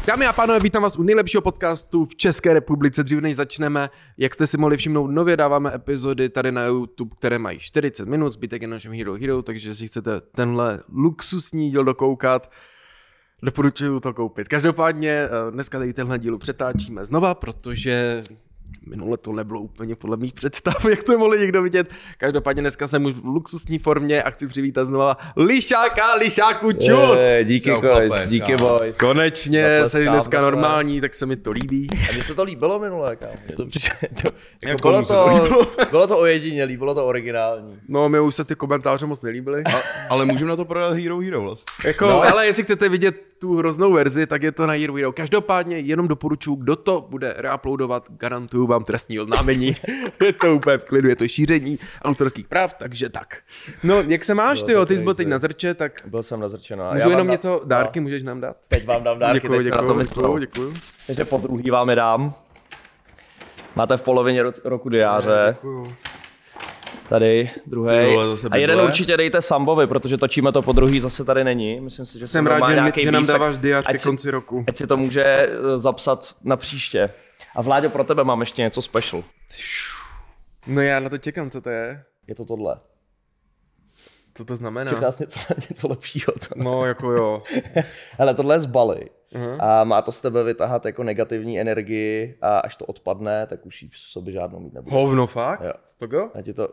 Dámy a pánové, vítám vás u nejlepšího podcastu v České republice. Dřív než začneme, jak jste si mohli všimnout, nově dáváme epizody tady na YouTube, které mají 40 minut, zbytek je našem Hero, takže si chcete tenhle luxusní díl dokoukat, doporučuju to koupit. Každopádně dneska tady tenhle díl přetáčíme znova, protože minule to nebylo úplně podle mých představ, jak to mohli někdo vidět. Každopádně dneska jsem už v luxusní formě a chci přivítat znova Lišáku, čus! Díky boys, díky boys. Konečně jsi dneska normální, tak se mi to líbí. A mně se to líbilo minule, kámo. Bylo to ojedinělý, bylo to originální. No, mi už se ty komentáře moc nelíbily. Ale můžeme na to prodat Hero vlastně. Ale jestli chcete vidět tu hroznou verzi, tak je to na Hero. Každopádně jenom doporučuji, kdo to bude reuploadovat, garantuju vám trestní oznámení. Je to úplně v klidu, je to šíření autorských práv, takže tak. No, jak se máš, tyjo? Ty jsi byl teď na Zrče, tak... Byl jsem na Zrče, no. Můžu jenom něco, dárky můžeš nám dát? Teď vám dám dárky, teď se na to myslel. Děkuju. Takže po druhý vám je dám. Máte v polovině roku diáře. Děkuju. Tady, druhý. A jeden určitě dejte Sambovi, protože točíme to po druhý, zase tady není. Myslím si, že jsem rád, že nám dáváš diář ke konci roku. Ať si to může zapsat na příště. A Vláďo, pro tebe mám ještě něco special. No já na to čekám, co to je. Je to tohle. Co to znamená? Čekáš něco lepšího. No, jako jo. Hele, tohle je z Bali. A má to z tebe vytahat jako negativní energii a až to odpadne, tak už ji v sobě žádnou mít nebude. Hovno, fakt? Jo. Tak jo? Já ti to...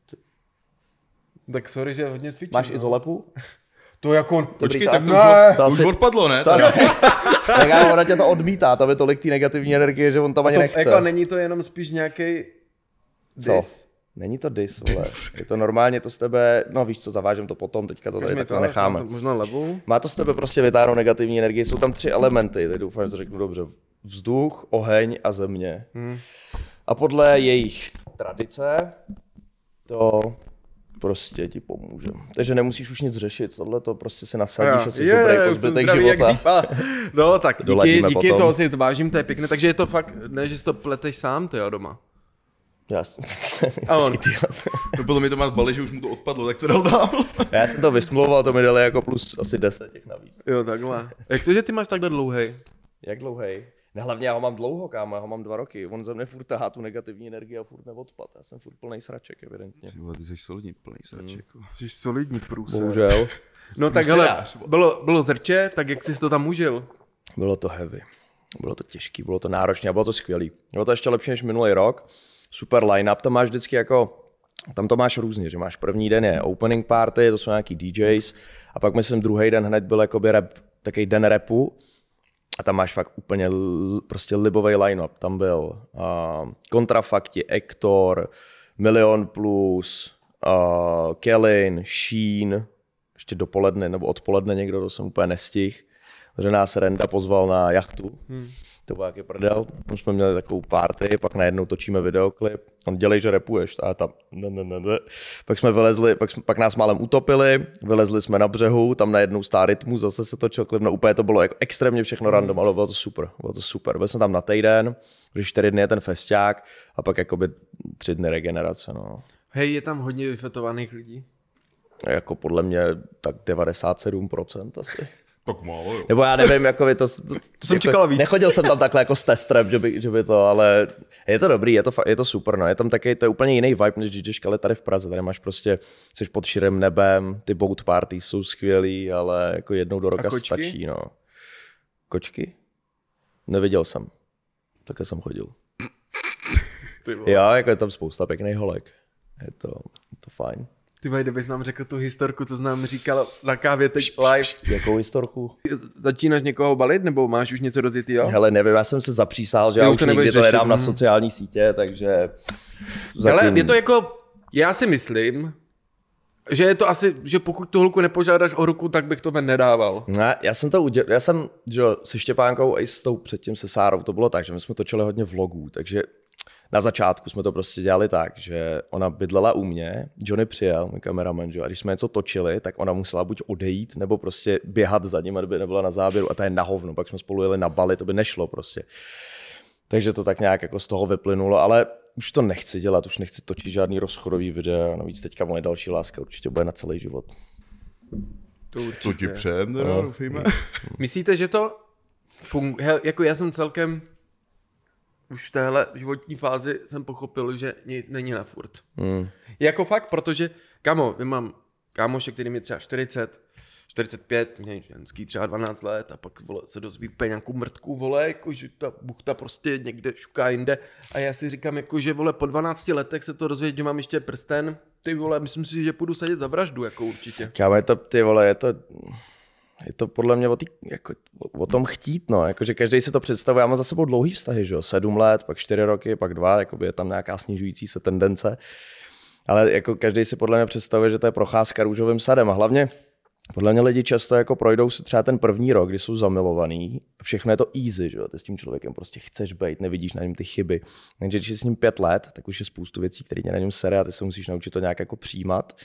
Tak sorry, že hodně cvičím. Máš izolepu? To jako... Počkej, tak to už odpadlo, ne? Tak já ona tě to odmítá, tam je tolik té negativní energie, že on tam ani nechce. Jako není to jenom spíš nějaký dis? Není to dis, vole. Je to normálně to z tebe, no víš co, zavážem to potom, teďka to tady takhle necháme. Možná levou? Má to z tebe prostě vytáhnout negativní energii, jsou tam 3 elementy, teď doufám, že to řeknu dobře. Vzduch, oheň a země. A podle jejich tradice to prostě ti pomůže. Takže nemusíš už nic řešit, tohle to prostě si nasadíš a jsi dobrý po zbytek života. No tak díky, toho si vážím, to je pěkné, takže je to fakt, ne, že si to pleteš sám, ty jo, doma. To bylo mi to má Bali, že už mu to odpadlo, tak to dal dál. Já jsem to vysmlouval, to mi dali jako plus asi 10 těch navíc. Jo, takhle. Jak to, že ty máš takhle dlouhej? Jak dlouhej? Ne, hlavně já ho mám dlouho, kámo, já ho mám 2 roky. On ze mě furt tahá tu negativní energii a furt neodpad. Já jsem furt plnej sraček, evidentně. Ty jsi solidní plnej sraček. Jsi solidní průser. Bohužel. No tak hele, bylo Zrče, tak jak jsi to tam užil? Bylo to heavy. Bylo to těžký, bylo to náročné a bylo to skvělý. Bylo to ještě lepší než minulý rok. Super line-up, tam máš vždycky jako, tam to máš různě, že máš první den je opening party, to jsou nějaký DJs a pak myslím druhý den hned byl jakoby rap, takový den rapu a tam máš fakt úplně prostě libový line-up. Tam byl Kontrafakti, Ektor, Milion Plus, Kellyn, Sheen, ještě dopoledne nebo odpoledne někdo, to jsem úplně nestihl, že nás Renda pozval na jachtu. To byl jaký prdel, tam jsme měli takovou party, pak najednou točíme videoklip, on dělej, že rapuješ, a tam Pak jsme vylezli, pak nás málem utopili, vylezli jsme na břehu, tam najednou stál rytmus, zase se točil klip, no úplně to bylo jako extrémně všechno random, ale bylo to super, byl jsem tam na týden, když 4 dny je ten festák a pak jakoby 3 dny regenerace, no. Hej, je tam hodně vyfetovaných lidí? Jako podle mě tak 97% asi. Tak málo, jo. Nebo já nevím, jako to jsem čekal víc. Nechodil jsem tam takhle jako s testrem, že by to, ale je to dobrý, je to super, no. Je tam taky, to je úplně jiný vibe, než když Kali tady v Praze, tady máš prostě, jsi pod širým nebem, ty boat parties jsou skvělý, ale jako jednou do roka stačí, no. Kočky? Neviděl jsem, také jsem chodil. Jo, jako je tam spousta pěkných holek, je to fajn. Ty vej, kdybys nám řekl tu historku, co jsi nám říkal na kávě teď live. Jakou historku? Začínáš někoho balit, nebo máš už něco rozjetýho? Hele, nevím, já jsem se zapřísahal, že já už nikdy to nedám na sociální sítě, takže... Ale je to jako, já si myslím, že je to asi, že pokud tu holku nepožádáš o ruku, tak bych to nedával. Ne, já jsem to udělal, já jsem, že se Štěpánkou a i s tou předtím se Sárou, to bylo tak, že my jsme točili hodně vlogů, takže na začátku jsme to prostě dělali tak, že ona bydlela u mě, Johnny přijel, můj kameraman, a když jsme něco točili, tak ona musela buď odejít, nebo prostě běhat za ním, aby nebyla na záběru a to je na hovno, pak jsme spolu jeli na Bali, to by nešlo prostě. Takže to tak nějak jako z toho vyplynulo, ale už to nechci dělat, už nechci točit žádný rozchodový videa, navíc teďka moje další láska určitě bude na celý život. To ti přejem, doufejme. Myslíte, že to Jako já jsem celkem už v téhle životní fázi jsem pochopil, že nic není na furt. Jako fakt, protože, kámo, mám kámoše, který mi třeba 40, 45, mě ženský třeba 12 let a pak vole, se dozví nějakou mrtku, vole, jako, že ta buchta prostě někde šuká jinde a já si říkám, jako, že vole, po 12 letech se to dozvědět, že mám ještě prsten, ty vole, myslím si, že půjdu sedět za vraždu, jako určitě. Kámo, je to, ty vole, je to podle mě o tom chtít, no, jakože každý si to představuje, já mám za sebou dlouhý vztahy, že jo, 7 let, pak 4 roky, pak 2, jakoby je tam nějaká snižující se tendence, ale jako každý si podle mě představuje, že to je procházka růžovým sadem a hlavně podle mě lidi často jako projdou si třeba ten první rok, kdy jsou zamilovaný, všechno je to easy, že jo, ty s tím člověkem prostě chceš být, nevidíš na něm ty chyby, takže když jsi s ním 5 let, tak už je spoustu věcí, které tě na něm sere a ty se musíš naučit to nějak jako přijímat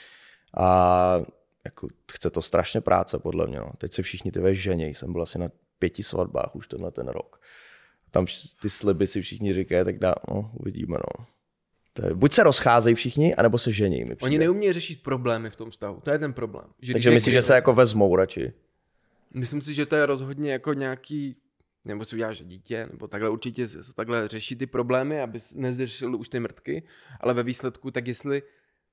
a jako chce to strašně práce podle mě, no. Teď se všichni ty ženěj, jsem byl asi na 5 svatbách už tenhle ten rok. Tam ty sliby si všichni říkají, tak uvidíme, no. Buď se rozcházejí všichni, anebo se ženějí. Oni neumějí řešit problémy v tom vztahu, to je ten problém. Že takže myslíš, že se jako vezmou radši? Myslím si, že to je rozhodně jako nějaký, nebo si uděláš dítě, nebo takhle určitě se takhle řeší ty problémy, aby nezřešil už ty mrtky, ale ve výsledku, tak jestli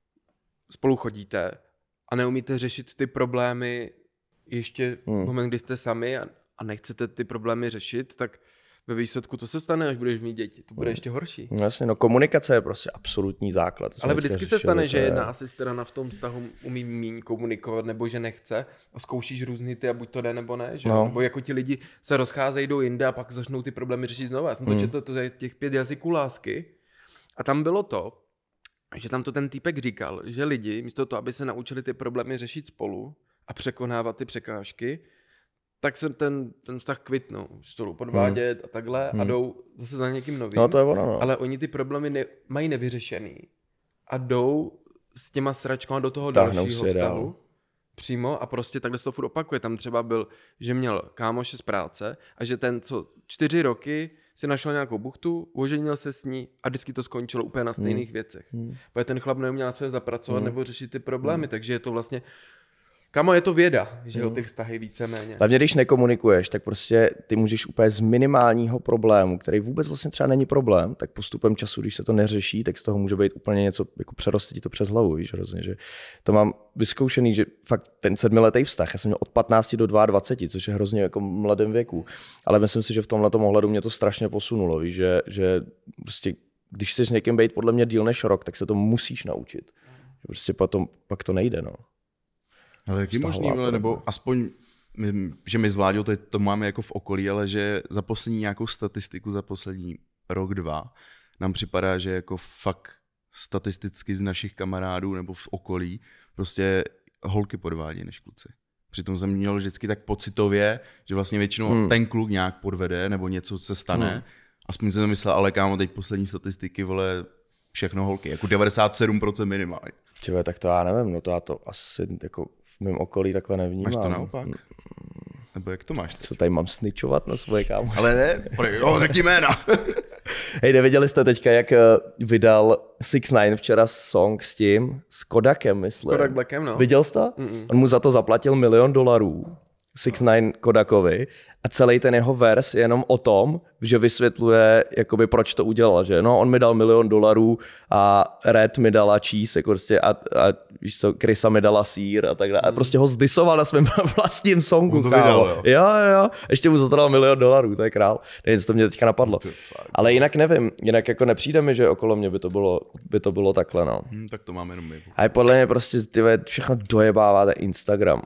spolu chodíte a neumíte řešit ty problémy ještě v moment, kdy jste sami a nechcete ty problémy řešit, tak ve výsledku to se stane, až budeš mít děti. To bude ještě horší. No jasně, no komunikace je prostě absolutní základ. Ale vždycky se stane, že jedna asi strana v tom vztahu umí míň komunikovat, nebo že nechce a zkoušíš různý ty a buď to jde, nebo ne. Že? No. Nebo jako ti lidi se rozcházejí, jdou jinde a pak začnou ty problémy řešit znovu. Já jsem to četl, to je těch 5 jazyků lásky a tam bylo to, že tam to ten týpek říkal, že lidi místo toho, aby se naučili ty problémy řešit spolu a překonávat ty překážky, tak se ten vztah kvitnou, že to jdou podvádět a takhle a jdou zase za někým novým. No to je ono, no. Ale oni ty problémy mají nevyřešený a jdou s těma sračkama do toho dalšího vztahu přímo a prostě takhle se to furt opakuje. Tam třeba byl, že měl kámoše z práce a že ten, co 4 roky si našel nějakou buchtu, oženil se s ní a vždycky to skončilo úplně na stejných věcech. Protože ten chlap neuměl na své zapracovat nebo řešit ty problémy, takže je to vlastně Kamo, je to věda, že jo, ty vztahy víceméně. Hlavně, když nekomunikuješ, tak prostě ty můžeš úplně z minimálního problému, který vůbec vlastně třeba není problém, tak postupem času, když se to neřeší, tak z toho může být úplně něco, jako přeroste ti to přes hlavu, víš, hrozně, že to mám vyzkoušený, že fakt ten 7letý vztah, já jsem měl od 15 do 22, což je hrozně jako mladém věku, ale myslím si, že v tomhletom ohledu mě to strašně posunulo, víš, že prostě když chceš s někým být podle mě díl než rok, tak se to musíš naučit. Prostě pak to nejde, no. Ale jak je možný, nebo aspoň, že my s Vláďou to máme jako v okolí, ale že za poslední nějakou statistiku, za poslední rok, 2, nám připadá, že jako fakt statisticky z našich kamarádů nebo v okolí prostě holky podvádí než kluci. Přitom jsem měl vždycky tak pocitově, že vlastně většinou ten kluk nějak podvede nebo něco se stane. Aspoň jsem myslel, ale kámo, teď poslední statistiky, vole, všechno holky, jako 97% minimálně. Čiže, tak to já nevím, no to já to asi jako v mém okolí takhle nevnímám. Máš to naopak? Nebo jak to máš teď? Co tady mám snitchovat na svoje kámoše? Ale ne, řekni jména. Hej, neviděli jste teďka, jak vydal 6ix9ine včera song s tím, s Kodakem, myslím. Kodak Blackem, no. Viděl jsi to? On mu za to zaplatil $1 milion, 6ix9ine Kodakovi, a celý ten jeho vers je jenom o tom, že vysvětluje, jakoby, proč to udělal, že no, on mi dal $1 milion a Red mi dala cheese, jako prostě, a víš co, Chrisa mi dala sýr a tak dále. A prostě ho zdisoval na svém vlastním songu. On to vydal, jo. Ještě mu za to dal $1 milion, to je král. Nevím, co to mě teďka napadlo. Ale jinak nevím, jinak jako nepřijde mi, že okolo mě by to bylo takhle, no. Tak to máme jenom my. A podle mě prostě všechno dojebává ten Instagram.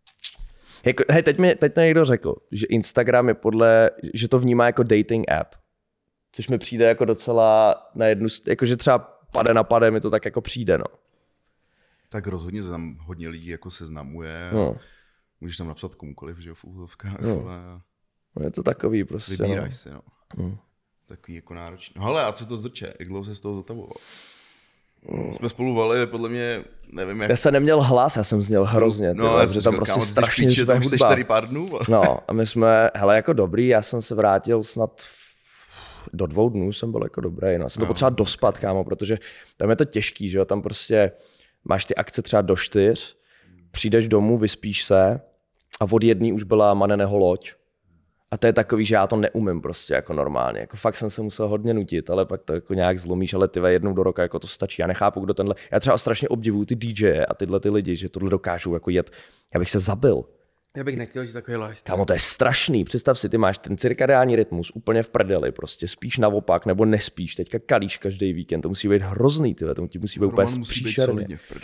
Hej, teď mi někdo řekl, že Instagram je že to vnímá jako dating app. Což mi přijde jako docela na jednu, jakože třeba pade na pade mi to tak jako přijde, no. Tak rozhodně se tam hodně lidí jako seznamuje. Můžeš tam napsat komukoliv, že v úzovkách. No je to takový prostě. Vybíráš si, no. Takový jako náročný. No hele, a co to zdrče? Jak dlouho se z toho zatavoval? Jsme spolu vali, podle mě, nevím jak... Já jsem neměl hlas, já jsem zněl hrozně, že tam prostě strašně živá hudba. Tady pár dnů. No a my jsme, hele, jako dobrý, já jsem se vrátil snad do 2 dnů jsem byl jako dobrý, no. Jsem to potřeba dospat, kámo, protože tam je to těžký, že jo, tam prostě máš ty akce třeba do 4, přijdeš domů, vyspíš se a od 1 už byla Maneného loď A to je takový, že já to neumím prostě jako normálně. Jako fakt jsem se musel hodně nutit, ale pak to jako nějak zlomíš, ale ty jednou do roka jako to stačí. Já nechápu, kdo tenhle. Já třeba strašně obdivuju ty DJe a tyhle ty lidi, že tohle dokážou jako jet. Já bych se zabil. Já bych nechtěl, že takový lifestyle. Kámo, to je strašný. Představ si, ty máš ten cirkadiální rytmus úplně v prdeli, prostě spíš naopak nebo nespíš. Teďka kalíš každý víkend, to musí být hrozný, tyhle, to ti musí být úplně příšerně.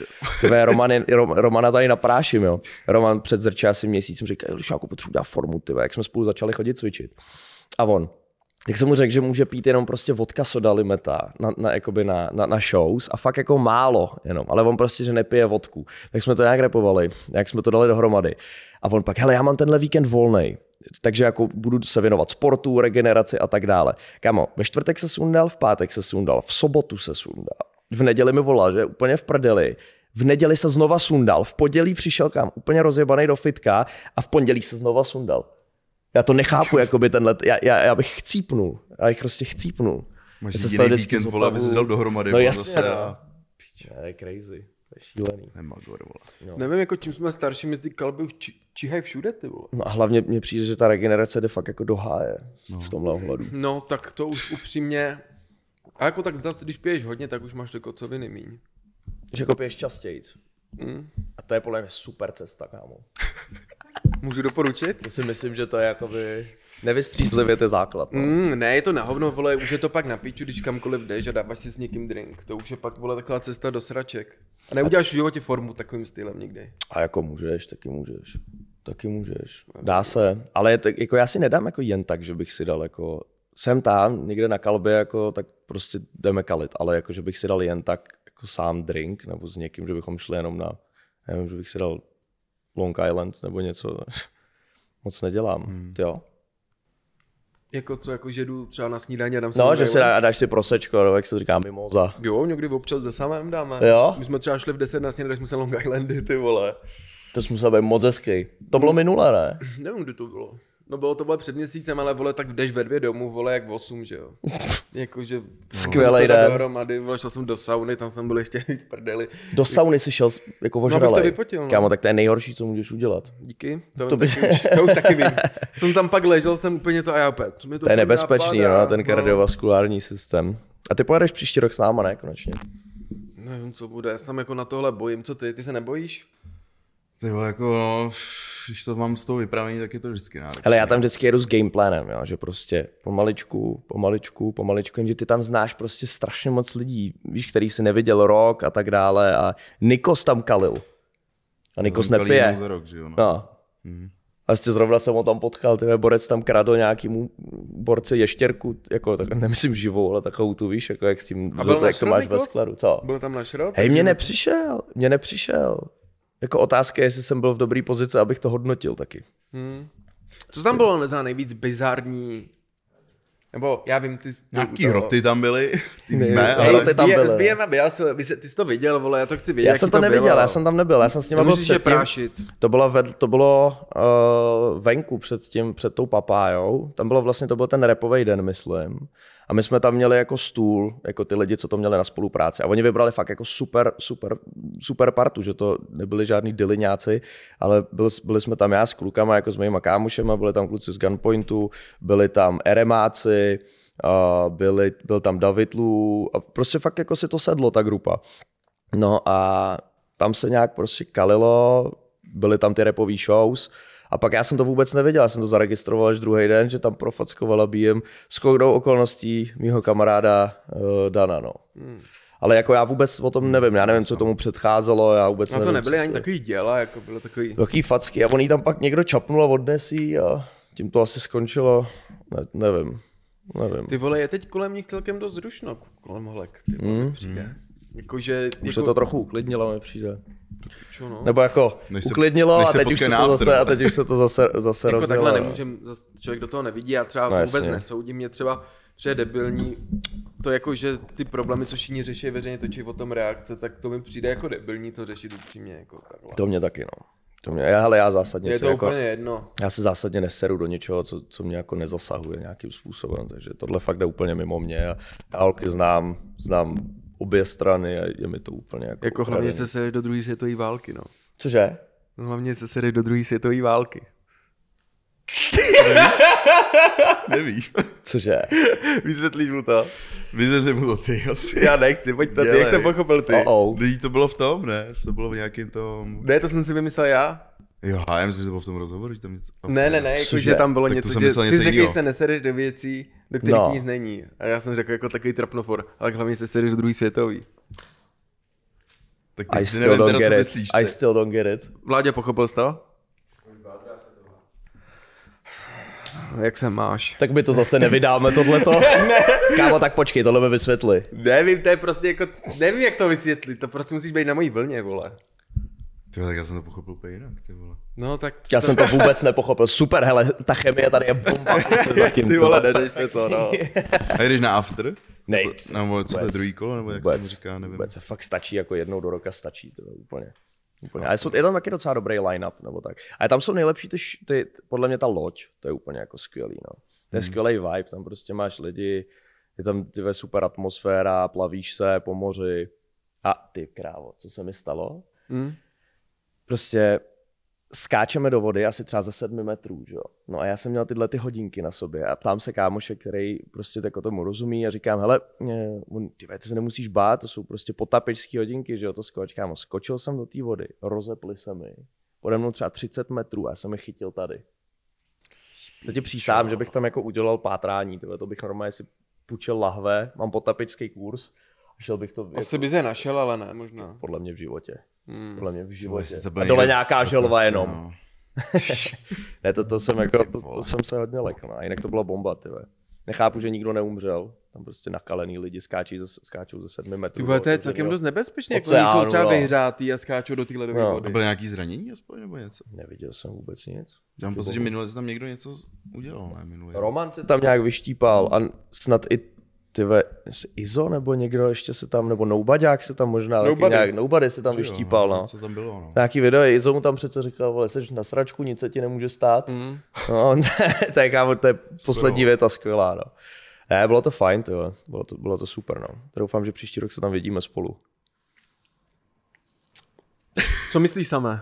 Romana tady napráším, jo. Roman před zrče asi měsíc mi říká, že jako potřebuji dát formu, tyhle, jak jsme spolu začali chodit cvičit. A on, tak jsem mu řekl, že může pít jenom prostě vodka, soda, limeta na shows a fakt jako málo jenom, ale on prostě, že nepije vodku. Tak jsme to nějak repovali, jak jsme to dali dohromady. A on pak, hele, já mám tenhle víkend volnej, takže jako budu se věnovat sportu, regeneraci a tak dále. Kámo, ve čtvrtek se sundal, v pátek se sundal, v sobotu se sundal, v neděli mi volal, že úplně v prdeli. V neděli se znova sundal, v pondělí přišel kam úplně rozjebanej do fitka a v pondělí se znova sundal. Já to nechápu, jakoby tenhle, já bych chcípnul, já bych prostě chcípnul. Máš jediný víkend, vole, aby se dal dohromady. No jasně, no. To je crazy, to je šílený. Magor, vole. No. Nevím, jako čím jsme starší, ty kalby už číhají všude, ty vole. No a hlavně mně přijde, že ta regenerace jde fakt jako do háje v tomhle ohledu. No, tak to už upřímně, a jako tak když piješ hodně, tak už máš ty kocoviny míň. Že jako piješ častěji. A to je podle mě super cesta, kámo. Můžu doporučit? To si myslím, že to je jakoby nevystřízlivě to základ. No. Ne, je to na hovno, vole, už je to pak na piču, když kamkoliv jdeš a dáváš si s někým drink. To už je pak, vole, taková cesta do sraček. A neuděláš v životě formu takovým stylem nikdy. A jako můžeš, taky můžeš. Dá se, ale jako já si nedám jako jen tak, že bych si dal jako, jsem tam, někde na kalbě, jako, tak prostě jdeme kalit, ale jako, že bych si dal jen tak jako sám drink, nebo s někým, že bychom šli jenom na, nevím, že bych si dal Long Island nebo něco, moc nedělám, jo. Jako co, jako že jdu třeba na snídaně a dám si no, že si dáš si prosečko, no, jak se říká mimoza. Jo, někdy občas se samém dáme. Jo? My jsme třeba šli v 10 na snídaně, jsme se Long Islandy, ty vole. To jsi musel být moc hezký. To bylo minule, ne? Nevím, kdy to bylo. No bylo to před měsícem, ale vole, tak jdeš ve 2 domů, vole, jak v 8, že jo. Jakože skvělej den. Dohromady, vole, šel jsem do sauny, tam jsem byl ještě víc prdeli. Do sauny si šel jako ožralej. No, to vypotil, no. Kámo, tak to je nejhorší, co můžeš udělat. Díky, to už taky vím. Jsem tam pak ležel, jsem úplně to a já opět. To je nebezpečný, no, ten kardiovaskulární systém. A ty pojedeš příští rok s náma, ne, konečně? Nevím, co bude, já se tam jako na tohle bojím, co ty se nebojíš? Ty vole, jako no, když to mám z toho vyprávění, tak je to vždycky náročné. Ale já tam vždycky jedu s gameplanem, jo, že prostě pomaličku, jenže ty tam znáš prostě strašně moc lidí, víš, který si neviděl rok a tak dále a Nikos tam kalil. A Nikos nepije. Za rok, že jo, no. No. A vlastně zrovna jsem ho tam potkal, ty borec tam kradl nějakýmu borci ještěrku, jako tak, nemyslím živou, ale takovou tu, víš, jako jak s tím, jak to máš ve skladu, co? Byl tam na šrot? Hej, mě nepřišel. Jako otázka je, jestli jsem byl v dobré pozici, abych to hodnotil taky. Co tam bylo za nejvíc bizarní? Nebo já vím, ty... Nějaký hroty tam byly, ale tam byly. SBM a Bial, ty jsi to viděl, vole, já to chci vědět. Já jsem to neviděl, já jsem tam nebyl, já jsem s nimi byl předtím. To bylo venku před tou papájou, tam bylo vlastně, to byl ten rapovej den, myslím. A my jsme tam měli jako stůl, jako ty lidi, co to měli na spolupráci. A oni vybrali fakt jako super partu, že to nebyli žádný dyliňáci, ale byli jsme tam já s klukama, jako s mýma kámošema, byli tam kluci z Gunpointu, byli tam RMáci, byl tam David Lu a prostě fakt jako si to sedlo, ta grupa. No a tam se nějak prostě kalilo, byly tam ty rapový shows. A pak já jsem to vůbec nevěděl, já jsem to zaregistroval až druhý den, že tam profackovala BM s shodou okolností mýho kamaráda Dana, no. Ale jako já vůbec o tom nevím, já nevím, co tomu předcházelo, já vůbec nevím. No to nebyly ani takový děla, jako bylo takový... Takový facky a on jí tam pak někdo čapnul a odnesí a tím to asi skončilo, nevím. Ty vole, je teď kolem nich celkem dost zrušno, kolem holek, ty vole, přijde. Jakože, už se to trochu uklidnilo, mi přijde. Čo, no? Nebo jako uklidnilo a teď už se to zase rozjelo. Jako takhle nemůžem, člověk do toho nevidí, já třeba to vůbec nesoudím, mě třeba přijde debilní, to jako, že ty problémy, co všichni řeší veřejně, točí o tom reakce, tak to mi přijde jako debilní to řešit upřímně, jako takhle. To mě taky, no. Já zásadně je to jako, úplně jedno. Já se zásadně neseru do něčeho, co mě jako nezasahuje nějakým způsobem, takže tohle fakt jde úplně mimo mě a dálky znám obě strany a je mi to úplně jako hlavně se sedeš do druhé světové války, no. Cože? Hlavně se sedeš do druhé světové války. Nevíš? Cože? Vysvětlíš mu to? Vysvětlíš mu to ty asi. Já nechci, pojď to ty, jak jsem pochopil ty. Teď to bylo v tom, ne? To bylo v nějakém tom... Ne, to jsem si vymyslel já. Jo, já myslím, že to bylo v tom rozhovoru, že tam něco... Ne, jakože tam bylo Tak něco, to jsem že myslel ty něco řekl, že jinýho. se nesereš do věcí, do kterých nic není. A já jsem řekl jako takový trapnofor, ale hlavně se sereš do druhý světový. Tak I teď still nevím don't teda, co get myslíš. it. I still don't get it. Vládě, pochopil jsi to? Jak se máš? Tak my to zase nevydáme tohleto. Kámo, tak počkej, tohle mi vysvětli. Nevím, to je prostě jako, nevím jak to vysvětlit, to prostě musíš být na mojí vlně, vole. Ty vole, tak já jsem to pochopil úplně jinak, ty vole. No tak... Já jsem to vůbec nepochopil. Super, hele, ta chemie tady je bomba. Ty vole, neřešte to, no. A jdeš na after? Nejc. Nebo co to je druhý kolo, nebo jak se to říká, nevím. Vůbec, fakt stačí, jako jednou do roka stačí, to je úplně. A je tam taky docela dobrý line-up, nebo tak. A tam jsou nejlepší podle mě ta loď, to je úplně jako skvělý, no. To je skvělý vibe, tam prostě máš lidi, je tam super atmosféra, plavíš se po moři. A ty krávo, co se mi stalo? Prostě skáčeme do vody asi třeba za 7 metrů, že jo. No a já jsem měl tyhle ty hodinky na sobě a ptám se kámoše, který prostě jako tomu rozumí a říkám, hele, ty se nemusíš bát, to jsou prostě potapičský hodinky, že jo, to skoč, kámo. Skočil jsem do té vody, rozepli se mi, pode mnou třeba 30 metrů a já jsem je chytil tady. To ti přísám, že bych tam jako udělal pátrání, to bych normálně si půjčil lahve, mám potapičský kurz a šel bych to... Asi bys je našel, ale ne, možná. Podle mě v životě. Podle mě v životě. A dole nějaká želva prostě, jenom. No. Ne, to jsem jako, to jsem se hodně lekl, no. Jinak to byla bomba, tyve. Nechápu, že nikdo neumřel. Tam prostě nakalený lidi skáčou ze 7 metrů. Ty vole, to je celkem dost nebezpečné, jako Oceánu, jsou třeba no. vyhřátý a skáčou do té ledové No. vody. To byly nějaký zranění aspoň, nebo něco? Neviděl jsem vůbec nic. Já mám pocit, že minule se tam někdo něco udělal, ne minule. Roman se tam nějak vyštípal a snad i Izo nebo někdo ještě se tam, nebo Noubadák se tam možná taky nějak, Nobody se tam vyštípal, no. Co tam bylo, no. Nějaký video, Izo mu tam přece říkal, vole, seš na sračku, nic se ti nemůže stát. No, to je, kámo, to je poslední věta skvělá, no. Ne, bylo to fajn, tyjo. Bylo to super, no. Doufám, že příští rok se tam vidíme spolu. Co myslíš samé?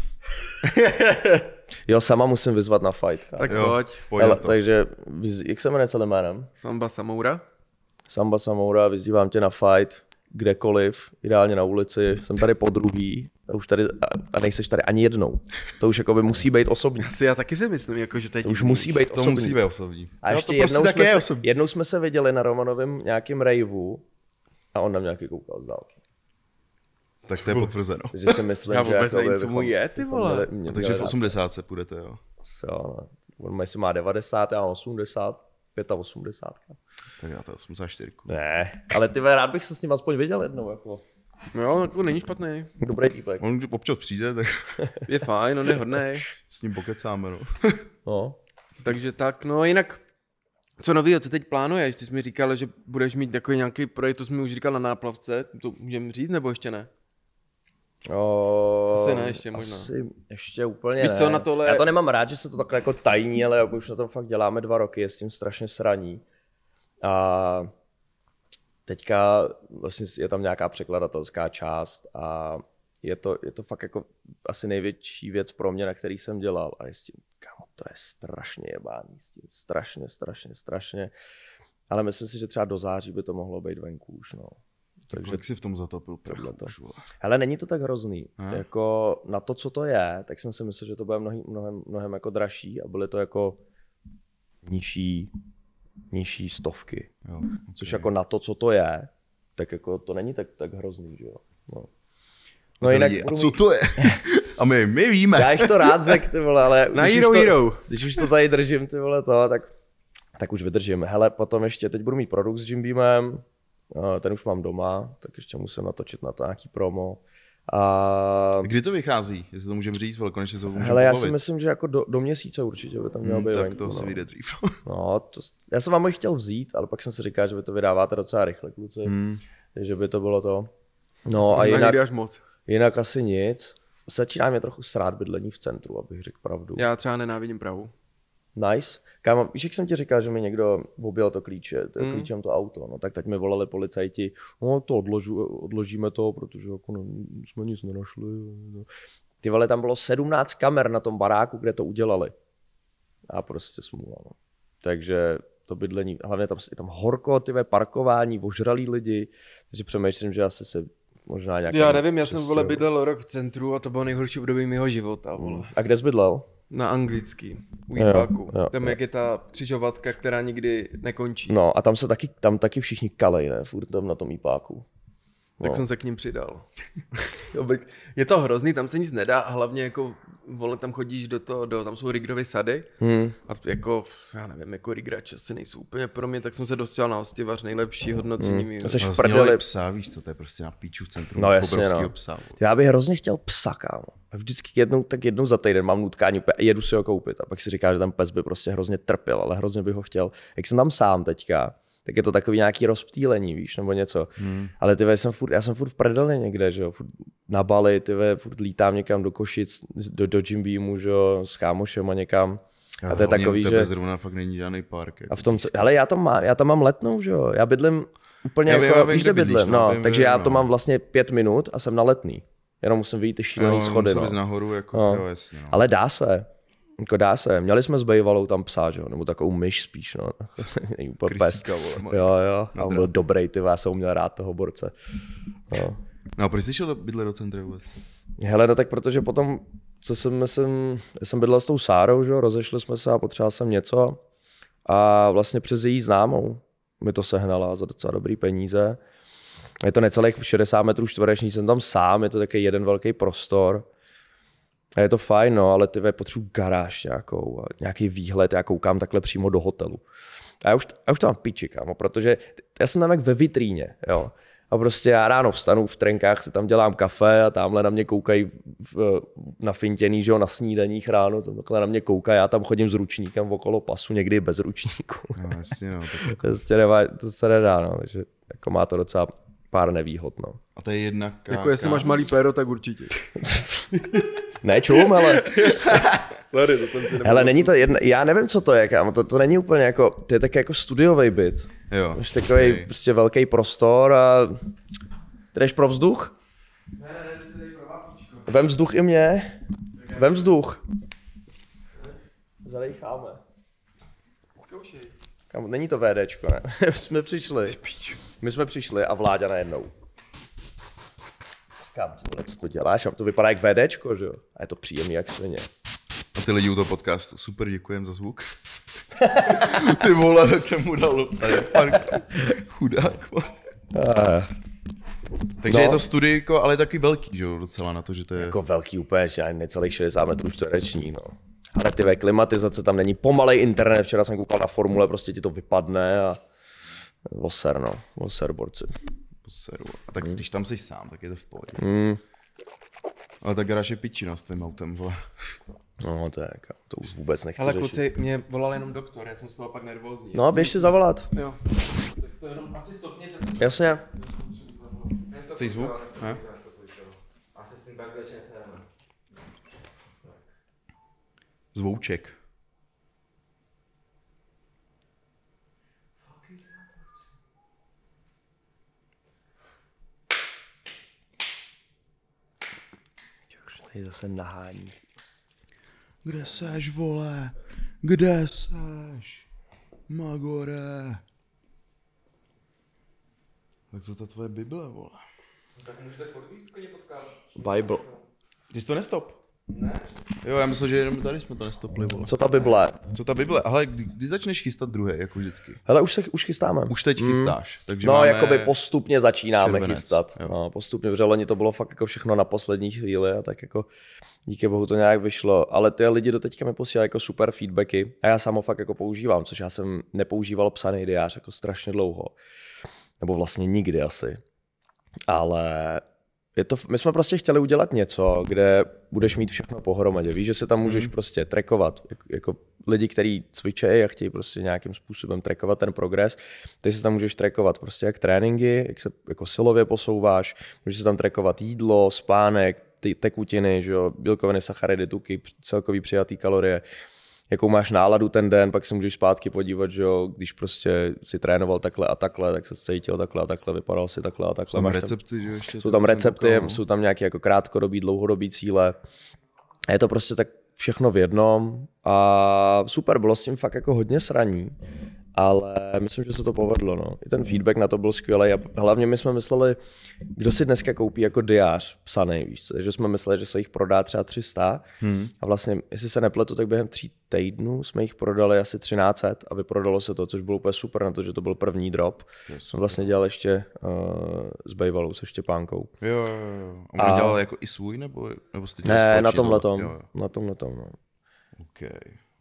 Jo, sama musím vyzvat na fight. Kámo. Tak Jo, pojď. pojď na to. Takže, jak se jmenuje celým jménem? Samba Samoura. Samba Samoura, vyzývám tě na fight, kdekoliv, ideálně na ulici. Jsem tady po druhý, a už tady, a nejseš tady ani jednou. To už jako by musí být osobní. Asi já taky si myslím, jako, že teď... To už musí být To osobní. musí být osobní. A ještě to prostě také je osobní. jednou jsme se viděli na Romanovém nějakým raveu a on na mě nějaký koukal z dálky. Tak to je potvrzeno. Takže si myslím, Já že vůbec jako nevím, co mu je, ty vole. A takže v 80 se půjdete, jo. Jo, no. On jestli má 90, já mám 80, 85. Tak já to 84. Ne, ale ty rád bych se s ním aspoň viděl jednou. Jako. No jo, jako není špatný. Dobrý týpek. On občas přijde, tak Je fajn, on je hodnej. s ním pokecáme, no. No. Takže tak, no jinak, co novýho, co teď plánuješ? Ty jsi mi říkal, že budeš mít takový nějaký projekt, to jsi mi už říkal na náplavce, to můžeme říct, nebo ještě ne? Asi ne, ještě možná. Asi ještě úplně Víš ne. co, na tohle... Já to nemám rád, že se to takhle jako tajní, ale jako už na tom fakt děláme 2 roky, je s tím strašně sraní. A teďka vlastně je tam nějaká překladatelská část a je to fakt jako asi největší věc pro mě, na který jsem dělal. A je s tím, kámo, to je strašně jebání, s tím strašně. Ale myslím si, že třeba do září by to mohlo být venku už, no. Takže jak jsi v tom zatopil prachu už, vole. Hele, není to tak hrozný. Jako na to, co to je, tak jsem si myslel, že to bude mnohem jako dražší a byly to jako nižší stovky. Jo, okay. Což jako na to, co to je, tak jako to není tak hrozný, že jo. No jinak, a co to je? A my víme. Já jich to rád řekl, ty vole, ale na Hero. Když už to tady držím, ty vole, tak už vydržím. Hele, potom ještě, teď budu mít produkt s Jim Beamem, ten už mám doma, tak ještě musím natočit na to nějaký promo. A... Kdy to vychází? Jestli to můžeme říct, konečně se to můžeme Hele, já pobavit. si myslím, že jako do měsíce určitě by tam mělo být Tak venku, to se vyjde dřív. Já jsem vám ho chtěl vzít, ale pak jsem si říkal, že vy to vydáváte docela rychle, kluci. Takže by to bylo to. No a jinak asi nic. Začíná mě trochu srát bydlení v centru, abych řekl pravdu. Já třeba nenávidím Prahu. Nice. Kámo, víš, jak jsem ti říkal, že mi někdo objel to klíčem to auto, no tak teď mi volali policajti, no to odložíme to, protože jako jsme nic nenašli. Ty vole, tam bylo 17 kamer na tom baráku, kde to udělali. A prostě smůla. No. Takže to bydlení, hlavně je tam horko, parkování, ožralí lidi, takže přemýšlím, že asi se možná nějak... Já nevím, já jsem bydlel rok v centru a to bylo nejhorší období mého života. Vole. A kde jsi bydlel? Na anglický, u Jípáku. Tam jak je ta křižovatka, která nikdy nekončí. No a tam taky všichni kalej, ne? Furt tam na tom Jípáku. Tak jsem se k ním přidal. Je to hrozný, tam se nic nedá a hlavně jako, vole, tam chodíš tam jsou Rigrovy sady a jako, já nevím, jako Rigrače asi nejsou úplně pro mě, tak jsem se dostal na Hostivař, nejlepší hodnocení mýho. Jsi v prdeli psa, víš co, to je prostě na píču v centru obrovského psa. Já bych hrozně chtěl psa, kámo. Vždycky jednou za týden mám nutkání a jedu si ho koupit a pak si říká, že tam pes by prostě hrozně trpěl, ale hrozně bych ho chtěl. Jak jsem tam sám teďka, tak je to takový nějaký rozptýlení, víš, nebo něco. Ale já jsem furt v prdeli někde, že jo, furt na Bali, furt lítám někam do Košic, do Jim Beamu, že jo, s kámošem a někam. A to je takový, že... zrovna fakt není žádný park. A v tom, ale já tam mám Letnou, že jo, já bydlím úplně jako, víš, kde bydlím, takže já to mám vlastně 5 minut a jsem na Letný. Jenom musím vyjít ty šílený schody, no. Nahoru, jako, jo, jasně, no. Ale dá se. Jako dá se. Měli jsme s Bejvalou tam psa, že? Nebo takovou myš spíš, no. Není úplně pes. Jo. A on byl dobrý, já jsem uměl rád toho borce. No a proč jsi šel bydlet do centra vůbec? Hele, no tak protože potom, já jsem bydlel s tou Sárou, že? Rozešli jsme se a potřeboval jsem něco. A vlastně přes její známou mi to sehnala za docela dobrý peníze. Je to necelých 60 metrů čtverečních, jsem tam sám, je to taky jeden velký prostor. A je to fajn, no, ale ty potřebuji garáž nějakou, nějaký výhled, já koukám takhle přímo do hotelu. A já už to mám piči, kámo, protože já jsem tam jak ve vitríně, jo. A prostě já ráno vstanu v trenkách, si tam dělám kafe a tamhle na mě koukají na fintěný, že jo, na snídaních ráno, tam takhle na mě koukají, já tam chodím s ručníkem okolo pasu, někdy bez ručníku. No, jasně, no. To se nedá, no, takže jako má to docela pár nevýhod, no. A to je jedna jako jestli máš malý péro, tak určitě. Ne, čum, ale... Sorry, to jsem si hele, není to jedna, já nevím, co to je, kámo, to není úplně jako, to je taky jako studiový byt. Jo. Máš takový prostě velký prostor a... Ty jdeš pro vzduch? Ne, ty se dej pro vápíčko. Vem vzduch i mě. Vem vzduch. Zadejcháme. Zkoušej. Kámo, není to VDčko, ne? My jsme přišli a Vláďa najednou. Říkám, co to děláš? A to vypadá jak VDčko, že jo? A je to příjemný jak svině. A ty lidi u toho podcastu, super, děkujem za zvuk. Ty vole, tak jsem mu dal docela chudák. Takže je to studijko, ale taky velký, že jo, docela na to, že to je... Jako velký úplně, že necelých 60 metrů čtvereční, no. Ale ty klimatizace tam není, pomalej internet, včera jsem koukal na formule, prostě ti to vypadne a... Voser, borci. A tak když tam jsi sám, tak je to v pohodě. Ale ta garáž je pičina s tvým autem, vole. No to už vůbec nechci řešit. Ale kluci, mě volal jenom doktor, já jsem z toho pak nervózní. No, běž si zavolat. Jo. Tak to jenom asi stopněte. Jasně. Chceš zvuk? Ne? Asi si tak začne se. Zvouček. Tady zase nahání. Kde seš, vole? Kde seš? Magore. Tak to ta tvoje Bible, vole. Tak můžete furt víc klidně podcast. Bible. Ty jsi to nestop? Ne. Jo, já myslel, že jenom tady jsme to nestopli, vole. Co ta Bible? Co ta Bible? Ale kdy začneš chystat druhé, jako vždycky? Hele, už chystáme. Už teď chystáš. Takže no, máme jakoby postupně začínáme červenec, chystat. Jo. No, postupně, protože loni to bylo fakt jako všechno na poslední chvíli a tak jako díky bohu to nějak vyšlo. Ale ty lidi do teďka mi posílají jako super feedbacky a já sám ho fakt jako používám, což já jsem nepoužíval psaný diář jako strašně dlouho. Nebo vlastně nikdy asi. Ale my jsme prostě chtěli udělat něco, kde budeš mít všechno pohromadě. Víš, že se tam můžeš prostě trackovat. Jako lidi, kteří cvičejí a chtějí prostě nějakým způsobem trackovat ten progres, ty se tam můžeš trackovat prostě jak tréninky, jak se jako silově posouváš, můžeš se tam trackovat jídlo, spánek, tekutiny, že jo, bílkoviny, sacharidy, tuky, celkový přijatý kalorie, jakou máš náladu ten den, pak se můžeš zpátky podívat, že jo, když prostě si trénoval takhle a takhle, tak se cítil takhle a takhle, vypadal si takhle a takhle. Jsou tam recepty, že ještě? Jsou tam recepty, jsou tam nějaké jako krátkodobý, dlouhodobý cíle. A je to prostě tak všechno v jednom a super, bylo s tím fakt jako hodně sraní, ale myslím, že se to povedlo, no. I ten feedback na to byl skvělý a hlavně my jsme mysleli, kdo si dneska koupí jako diář psaný, víš co, že jsme mysleli, že se jich prodá třeba 300 a vlastně, jestli se nepletu, tak během 3 týdnů jsme jich prodali asi 1300 a vyprodalo se to, což bylo úplně super na to, že to byl první drop. Jsme vlastně dělali ještě s Bejvalou, se Štěpánkou. Jo. A on dělal jako i svůj, nebo jste dělali ne, společně? na tomhletom, no. OK.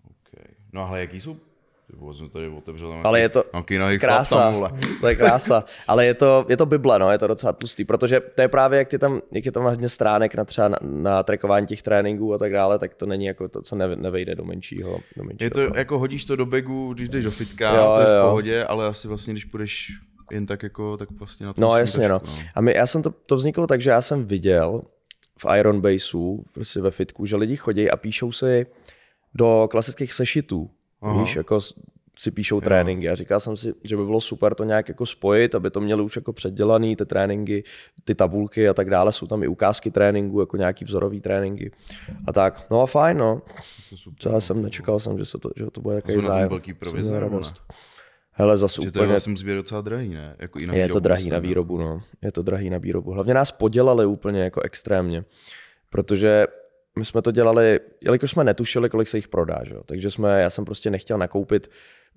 No ale jaký jsou? Jsem tady otevřel, ale je to krása, to je krása, ale je to bible, no, je to docela tlustý, protože to je právě, jak je tam hodně stránek na trackování těch tréninků a tak dále, tak to není jako to, co nevejde do menšího. Je to jako hodíš to do bagu, když jdeš do fitka, to je v pohodě, ale asi vlastně, když půjdeš jen tak jako, tak vlastně na to. No jasně, no. A já jsem to vzniklo tak, že já jsem viděl v Iron Baseu, prostě ve fitku, že lidi chodí a píšou si do klasických sešitů. Víš, jako si píšou tréninky a říkal jsem si, že by bylo super to nějak jako spojit, aby to měli už jako předdělaný, ty tréninky, ty tabulky a tak dále, jsou tam i ukázky tréninku, jako nějaký vzorový tréninky a tak, no a fajn, no. Co já jsem nečekal jsem, že to bude takový zájem. Velký provize, radost. Hele, zase úplně. To je vlastně sběr docela drahý, ne? Jako i na je to drahý na výrobu, no. Je to drahý na výrobu. Hlavně nás podělali úplně jako extrémně, protože my jsme to dělali, jelikož jsme netušili, kolik se jich prodá, že? Takže já jsem prostě nechtěl nakoupit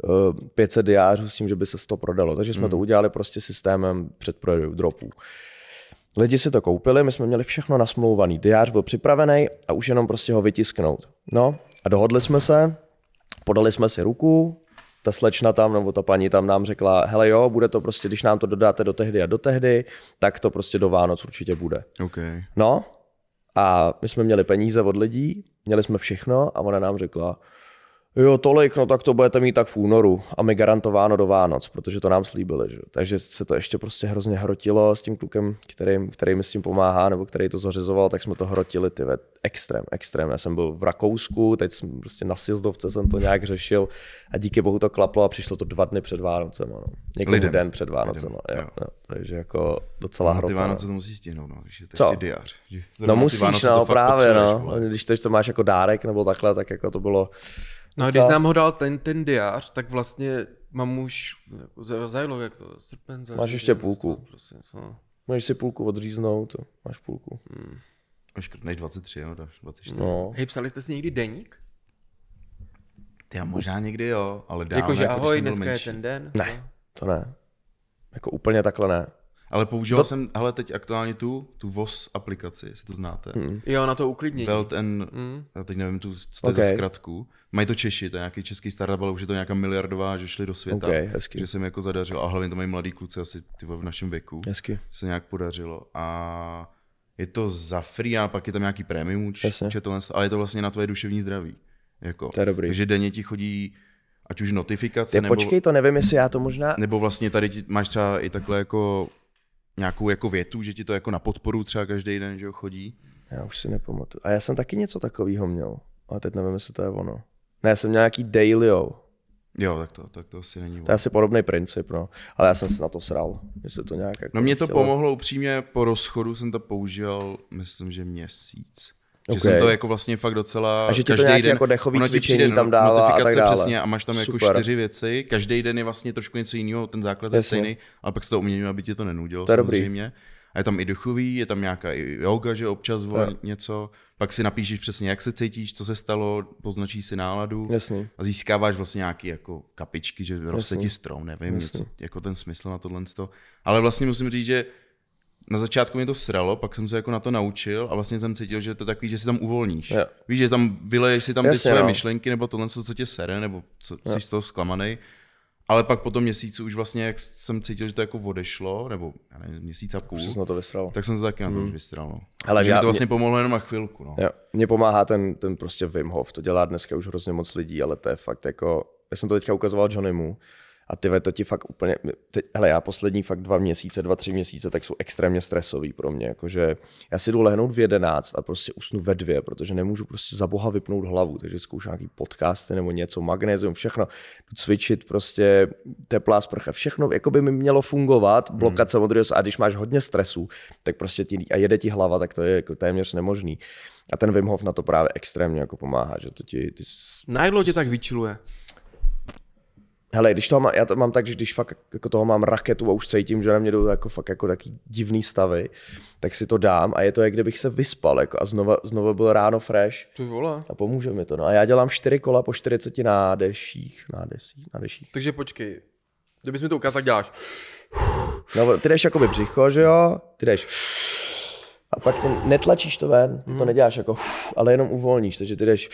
500 diářů s tím, že by se 100 prodalo. Takže jsme to udělali prostě systémem předprodejů, dropů. Lidi si to koupili, my jsme měli všechno nasmlouvaný. Diář byl připravený a už jenom prostě ho vytisknout. No a dohodli jsme se, podali jsme si ruku, ta slečna tam, nebo ta paní tam nám řekla, hele jo, bude to prostě, když nám to dodáte do tehdy a do tehdy, tak to prostě do Vánoc určitě bude. Okay. No, a my jsme měli peníze od lidí, měli jsme všechno a ona nám řekla, jo, tolik, no tak to budete mít tak v únoru a my garantováno do Vánoc, protože to nám slíbili. Že? Takže se to ještě prostě hrozně hrotilo s tím klukem, který mi s tím pomáhá, nebo který to zařizoval, tak jsme to hrotili extrém. Já jsem byl v Rakousku, teď jsem prostě na sjezdovce jsem to nějak řešil a díky bohu to klaplo a přišlo to 2 dny před Vánocem. No. Několik den před Vánocem. Jo. Takže jako docela hrota. Ty Vánoce to musíš stihnout, no, když je to ještě diář. No musíš, no právě, no. Když to máš jako dárek nebo takhle, tak jako to bylo. No a když nám ho dal ten diář, tak vlastně mám už jako zajlo, jak to, srpen, máš ještě půlku. Prostě, můžeš si půlku odříznout, máš půlku. Škrtneš 23, jo, dáš 24. No. Hej, psali jste si někdy deník? Já možná někdy jo, ale dávno. Jakože ahoj, dneska je ten den? Ne, to ne. Jako úplně takhle ne. Ale používal jsem, hele, teď aktuálně tu VOS aplikaci, jestli to znáte. Jo, na to uklidnění. Já teď nevím, co to je za zkratku. Mají to Češi, to je nějaký český startup, ale už je to nějaká miliardová, že šli do světa. Že se mi jako zadařilo. A hlavně to mají mladí kluci asi v našem věku. Hezky. Se nějak podařilo. A je to za free, a pak je tam nějaký premium ale je to vlastně na tvoje duševní zdraví. Jako. To je dobrý. Takže denně ti chodí ať už notifikace, nebo... Počkej, to nevím, jestli já to možná... Nebo vlastně tady máš třeba i takhle jako nějakou jako větu, že ti to jako na podporu třeba každý den, že ho chodí. Já už si nepamatuju. A já jsem taky něco takového měl. Ale teď nevím, jestli to je ono. Ne, já jsem měl nějaký dailyo. Jo, tak to asi není ono. To je asi podobný princip, no. Ale já jsem se na to sral. Jestli to nějak jako no mě to pomohlo upřímně, po rozchodu jsem to použil, myslím, že měsíc. Že jsem to jako vlastně fakt docela... A že ti to nějaký jako dechový cvičení tam dává a tak dále. Přesně a máš tam jako 4 věci. Každý den je vlastně trošku něco jiného, ten základ je stejný, ale pak se to umění, aby ti to nenudilo samozřejmě. Dobrý. A je tam i dechový, je tam nějaká i yoga, že občas něco. Pak si napíšeš přesně, jak se cítíš, co se stalo, poznačíš si náladu. Jasný. A získáváš vlastně nějaký jako kapičky, že roste ti strom, nevím, něco, jako ten smysl na tohle. Ale vlastně musím říct, že na začátku mě to sralo, pak jsem se jako na to naučil a vlastně jsem cítil, že to je takový, že si tam uvolníš. Jo. Víš, že tam vyleješ si tam ty svoje myšlenky nebo tohle, co tě sere, nebo jsi z toho zklamanej. Ale pak po tom měsíci už vlastně, jak jsem cítil, že to jako odešlo, nebo já nevím, měsíc a půl, na to vysral. Tak jsem se taky na to už vystral. No. Ale že mi to vlastně pomohlo jenom na chvilku. No. Jo. Mně pomáhá ten prostě Wim Hof, to dělá dneska už hrozně moc lidí, ale to je fakt jako, já jsem to teďka ukazoval Johnnymu A to ti fakt úplně, hele, já poslední fakt 2-3 měsíce, tak jsou extrémně stresový pro mě, jakože já si jdu lehnout v 11 a prostě usnu ve 2, protože nemůžu prostě za boha vypnout hlavu, takže zkouším nějaký podcasty nebo něco, magnézium, všechno, jdu cvičit, prostě teplá sprcha, všechno, jako by mi mělo fungovat, blokace modrého a když máš hodně stresu, tak prostě a jede ti hlava, tak to je jako téměř nemožný. A ten Wim Hof na to právě extrémně jako pomáhá, že to Na jak dlouho tě tak vyčiluje? Hele, já to mám tak, že když fakt jako toho mám raketu a už cítím, že na mě jdou jako fakt jako taky divný stavy, tak si to dám a je to, jak kdybych se vyspal jako a znova byl ráno fresh. Ty vole. A pomůže mi to. No a já dělám 4 kola po 40 nádeších. Takže počkej, kdybys mi to ukázal, tak děláš. No, ty jdeš jakoby břicho, že jo? Ty jdeš. A pak netlačíš to ven, to neděláš jako, ale jenom uvolníš, takže ty jdeš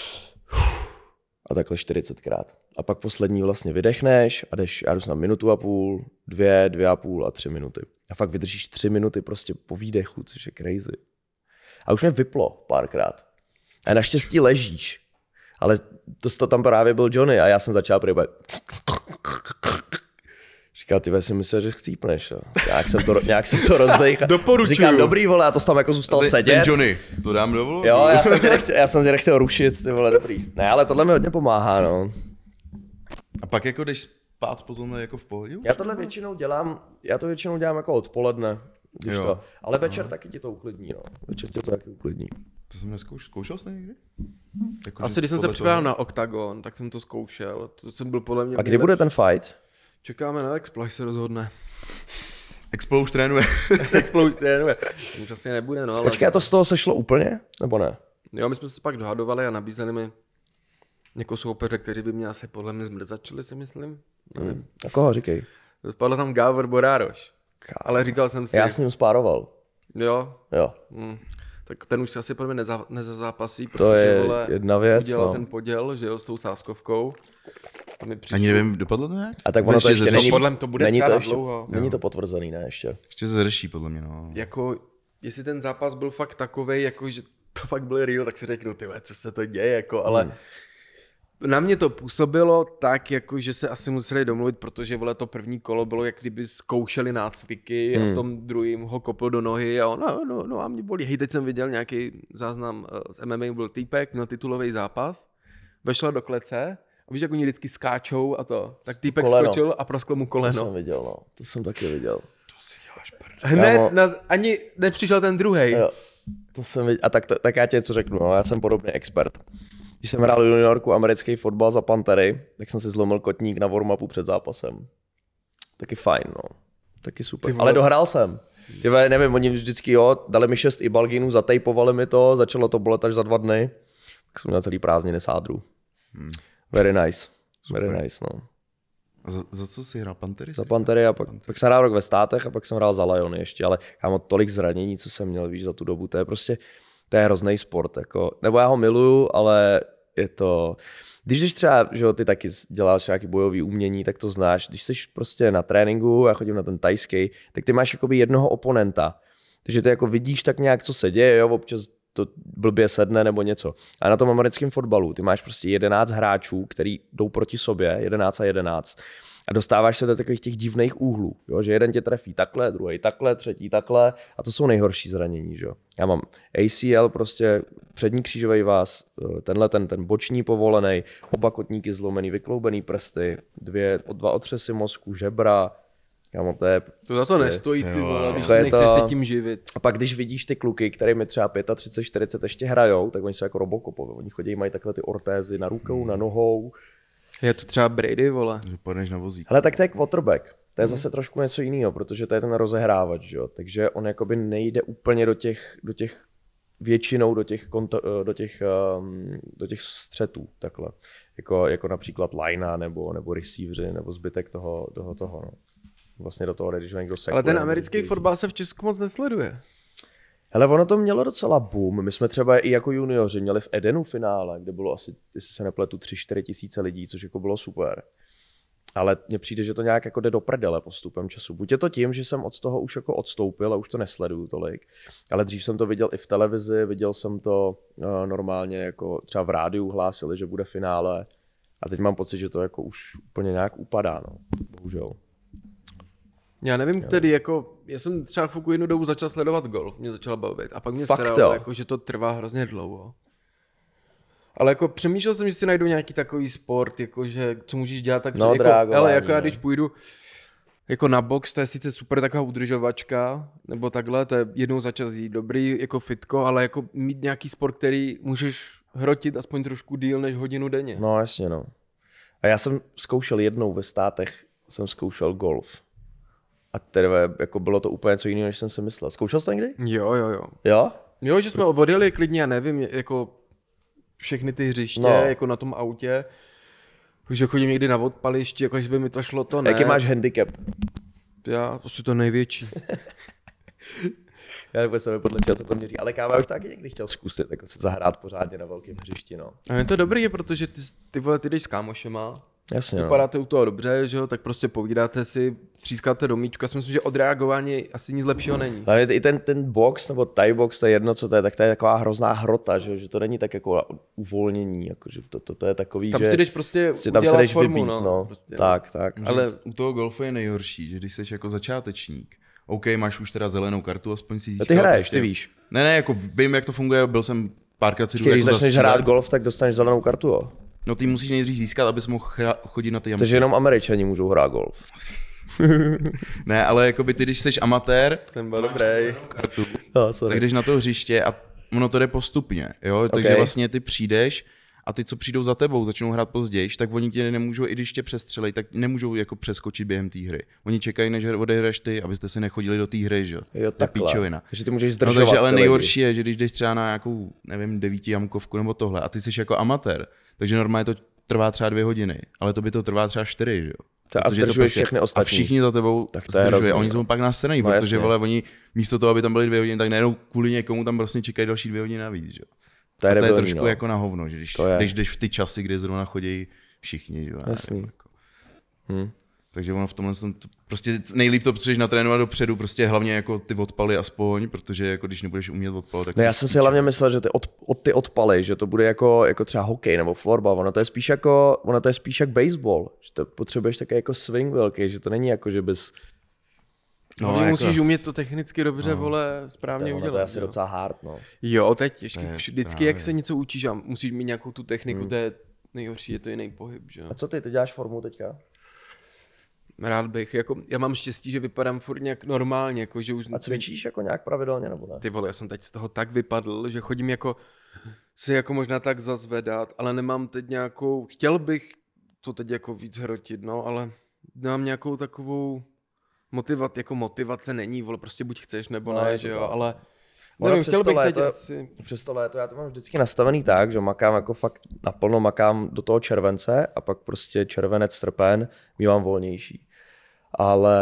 a takhle 40krát. A pak poslední vlastně vydechneš a jdeš, já jdu na 1,5 minuty, 2, 2,5 a 3 minuty. A fakt vydržíš 3 minuty prostě po výdechu, což je crazy. A už mě vyplo párkrát. A naštěstí ležíš. Ale to tam právě byl Johnny a já jsem začal prýbat. Říkal, ty si myslel, že chcípneš. Jo. Nějak jsem to rozdejch. Doporučuju. Říkám, dobrý vole, a to tam jako zůstal sedět. Ten Johnny, to dám dovolu? Jo, já jsem tě nechtěl rušit, ty vole, dobrý. Ne, ale tohle mi hodně pomáhá, no. A pak jako jdeš spát potom jako v pohodě? Já to většinou dělám jako odpoledne, když to. Ale večer taky ti to uklidní, no. Večer tě to taky uklidní. To jsem zkoušel jsi někdy? Jako, asi když jsem se připravil na Octagon, tak jsem to zkoušel. To jsem byl podle mě. A kdy bude ten fight? Čekáme na Explo, až se rozhodne. Explo už trénuje. Explo už trénuje. Už asi nebude, no ale... Počkej, a to z toho sešlo úplně? Nebo ne? Jo, my jsme se pak dohadovali a nabízeli mi jako soupeře, kteří by mě asi podle mě zmrzačili, si myslím. Nevím. A koho, říkej? Spadl tam Gabor Borároš. Ale říkal jsem si... Já s ním spároval. Jo? Jo. Tak ten už si asi podle mě nezazápasí, protože to je vole, jedna věc, udělal ten poděl, že jo, s tou sáskovkou. Ani nevím, dopadlo to nějak? A tak ono to ještě není, podle to bude třeba dlouho. Není to potvrzený, ne, ještě. Ještě se řeší, podle mě, no. Jako, jestli ten zápas byl fakt takovej, jako, že to fakt byl real, tak si řeknu, ty co se to děje, jako, ale na mě to působilo tak, jako, že se asi museli domluvit, protože vole, to první kolo bylo, jak kdyby zkoušeli nácviky a v tom druhým ho kopl do nohy a on, no a mě bolí. Hej, teď jsem viděl nějaký záznam z MMA, byl týpek, měl titulový zápas, vešel do klece a víš, jak oni vždycky skáčou a to, tak týpek skočil a proskl mu koleno. To jsem viděl, no. To jsem taky viděl. To si děláš prdel. Hned, ani nepřišel ten druhej. Jo, to jsem viděl. A tak já ti něco řeknu, no. Já jsem podobný expert. Když jsem hrál v juniorku americký fotbal za Pantery, tak jsem si zlomil kotník na warm-upu před zápasem. Taky fajn, no. Taky super. Ale dohrál jsem. Tyve, nevím, oni vždycky dali mi 6 ibalginů, zatejpovali mi to, začalo to bolet až za 2 dny. Tak jsem měl celý prázdniny sádru. Very nice. Very nice, no. A za co jsi hrál? Pantery? Za Pantery a pak jsem hrál rok ve Státech a pak jsem hrál za Liony ještě, ale já mám tolik zranění, co jsem měl, víš, za tu dobu. To je prostě, to je hrozný sport, jako. Nebo já ho miluju, ale je to... Když třeba, že ty taky děláš nějaký bojový umění, tak to znáš. Když jsi prostě na tréninku, já chodím na ten tajský, tak ty máš jakoby jednoho oponenta. Takže ty jako vidíš tak nějak, co se děje, jo, občas to blbě sedne nebo něco. A na tom americkém fotbalu ty máš prostě 11 hráčů, který jdou proti sobě, 11 a 11. A dostáváš se do takových těch divných úhlů, jo? Že jeden tě trefí takhle, druhý takhle, třetí takhle a to jsou nejhorší zranění. Že? Já mám ACL, prostě přední křížový vaz, ten boční povolený, oba kotníky zlomený, vykloubený prsty, 2 otřesy mozku, žebra. Kámo, to za to nestojí, ty vole, když nechceš se tím živit. A pak když vidíš ty kluky, které mi třeba 35, 40 ještě hrajou, tak oni jsou jako Robocopové. Oni chodí, mají takhle ty ortézy na rukou, na nohou. Je to třeba Brady, vole. Že padneš na vozík. Ale tak to je quarterback. To je zase trošku něco jiného, protože to je ten rozehrávač, jo. Takže on jakoby nejde úplně do těch většinou do těch střetů, takhle. Jako například linea nebo receivery, nebo zbytek toho no. Vlastně do toho, když někdo sekuje. Ale ten americký fotbal se v Česku moc nesleduje. Hele, ono to mělo docela boom. My jsme třeba i jako junioři měli v Edenu finále, kde bylo asi, jestli se nepletu, 3-4 tisíce lidí, což jako bylo super. Ale mně přijde, že to nějak jako jde do prdele postupem času. Buď je to tím, že jsem od toho už jako odstoupil a už to nesleduju tolik, ale dřív jsem to viděl i v televizi, viděl jsem to normálně jako třeba v rádiu hlásili, že bude finále. A teď mám pocit, že to jako už úplně nějak upadá, no. Bohužel. Já nevím, tedy jako, já jsem třeba v jednu dobu začal sledovat golf, mě začala bavit a pak mě Fakt, sralo, jako, že to trvá hrozně dlouho. Ale jako přemýšlel jsem, že si najdu nějaký takový sport, jakože, co můžeš dělat tak, no, jako, ale jako já když půjdu jako na box, to je sice super taková udržovačka, nebo takhle, to je jednou za čas jít dobrý, jako fitko, ale jako mít nějaký sport, který můžeš hrotit aspoň trošku díl než hodinu denně. No jasně, no. A já jsem zkoušel jednou ve Státech, jsem zkoušel golf. A tedy jako bylo to úplně něco jiného, než jsem si myslel. Zkoušel jsi to někdy? Jo? Jo? Jo, že jsme odjeli klidně, já nevím, jako všechny ty hřiště, jako na tom autě. Takže chodím někdy na odpališti, jako by mi to šlo, to ne. Jaký máš handicap? Já, to je to největší. Já vůbec nevím, podle čeho se to měří, ale kámo, já bych taky někdy chtěl zkusit jako se zahrát pořádně na velkém hřišti, no. A je to dobrý, protože ty vole, ty jdeš s kámošema, jasně, vypadáte u toho dobře, že jo, tak prostě povídáte si, třískáte do míčka, si myslím, že od reagování asi nic lepšího není. Ale i ten box nebo Thai box, to je jedno, co to je, tak to je taková hrozná hrota, že to není tak jako uvolnění, jako, že to je takový, tam že... si jdeš prostě tam se jdeš formu, vybít, no. Prostě, tak. Ale u toho golfu je nejhorší, že když jsi jako začátečník, OK, máš už teda zelenou kartu, aspoň si získal. Ty hraješ, prostě... ty víš. Ne, jako vím, jak to funguje, byl jsem párkrát si když jako začneš hrát golf, tak dostaneš zelenou kartu, jo. No ty musíš nejdřív získat, abys mohl chodit na ty jamky. Takže jenom Američani můžou hrát golf. Ne, ale jakoby ty, když jsi amatér, ten byl dobrý. Kartu, no, tak jdeš na to hřiště a ono to jde postupně, jo? Takže vlastně ty přijdeš a ty, co přijdou za tebou, začnou hrát později, tak oni tě nemůžou, i když tě přestřelej, tak nemůžou jako přeskočit během té hry. Oni čekají, než odehraješ ty, abyste si nechodili do té hry, že jo? Takhle. Takže ty můžeš zdržovat. No, takže ale nejhorší je, že když jdeš třeba na nějakou, nevím, 9jamkovku nebo tohle a ty jsi jako amatér, takže normálně to trvá třeba 2 hodiny, ale to by to trvá třeba 4, že jo? A zdržuješ všechny ostatní. A všichni za tebou zdržují. A oni jsou pak nasraný, protože vole, oni místo toho, aby tam byli 2 hodiny, tak najednou kvůli někomu tam prostě čekají další 2 hodiny navíc, že jo? To je trošku jako na hovno, že když jdeš v ty časy, kdy zrovna chodí všichni, že jo? Jasný. Jako. Takže ono v tomhle prostě nejlíp to potřebuješ natrénovat dopředu, prostě hlavně jako ty odpaly aspoň, protože jako když nebudeš umět odpalit, tak... No já jsem si hlavně myslel, že ty odpaly, že to bude jako třeba hokej nebo florbal, ono to je spíš jak baseball, že to potřebuješ také jako swing velký, že to není jako, že bys... No, jako... musíš umět to technicky dobře, vole, správně udělat. To je asi docela hard, no. Jo, to je těžké. Vždycky, jak se něco učíš a musíš mít nějakou tu techniku, to je nejhorší, je to jiný pohyb, že jo. A co ty děláš formu teďka? Rád bych, jako, já mám štěstí, že vypadám furt nějak normálně, jako, že už... A cvičíš jako nějak pravidelně, nebo ne? Ty vole, já jsem teď z toho tak vypadl, že chodím jako si jako možná tak zazvedat, ale nemám teď nějakou, chtěl bych to teď jako víc hrotit, no, ale nemám nějakou takovou motivace není, vole, prostě buď chceš, nebo ne, že jo, ale... Nevím, chtěl bych teď asi... Přes to léto já to mám vždycky nastavený tak, že makám jako fakt naplno, makám do toho července a pak prostě červenec, srpen mívám volnější. Ale...